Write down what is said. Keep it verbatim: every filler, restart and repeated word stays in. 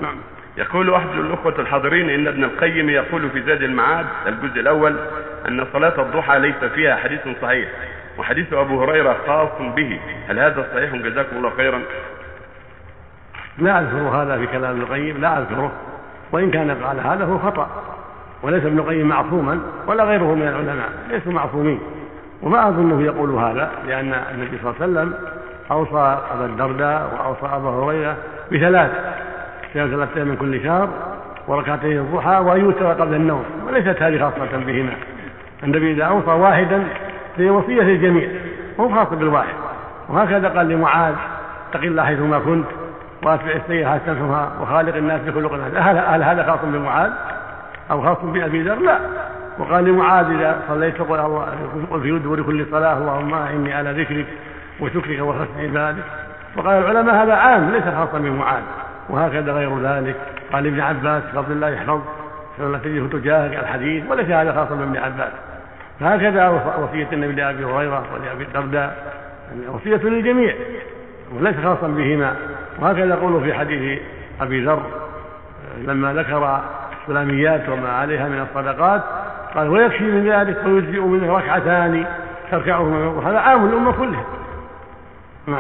نعم. يقول أحد الأخوة الحاضرين إن ابن القيم يقول في زاد المعاد الجزء الأول أن صلاة الضحى ليس فيها حديث صحيح، وحديث أبو هريرة خاص به، هل هذا صحيح؟ جزاكم الله خيرا. لا أذكر هذا في كلام ابن القيم، لا أذكره، وإن كان قال هذا هو خطأ، وليس ابن القيم معصوما ولا غيره من العلماء، ليسوا معصومين، وما أظنه يقول هذا، لأن النبي صلى الله عليه وسلم أوصى أبا الدرداء وأوصى أبا هريرة بثلاث ثلاثة من كل شهر وركعتين الضحى ويوتر قبل النوم، وليست هذه خاصة بهما. النبي إذا أوصى واحدا في وصية الجميع، هو خاص بالواحد. وهكذا قال لمعاذ: اتق الله حيثما كنت واتبع السيئة حسنتها وخالق الناس بخلق حسن. هل هذا خاص بمعاذ أو خاص بأبي ذر؟ لا. وقال لمعاذ: إذا صليت قل في دبر كل صلاة اللهم إني على ذكرك وشكرك وحسن عبادك. وقال العلماء هذا عام ليس خاصا بمعاذ. وهكذا غير ذلك قال ابن عباس: فضل الله يحفظ فلا تجده تجاهك الحديث، وليس هذا خاصا بابن عباس. فهكذا وصية النبي لأبي هريرة ولأبي الدرداء وصية للجميع وليس خاصا بهما. وهكذا يقول في حديث أبي ذر لما ذكر السلاميات وما عليها من الصدقات قال: ويكفي من ذلك ويجزئ منه ركعتان تركعهما، وهذا عام الأمة كلها.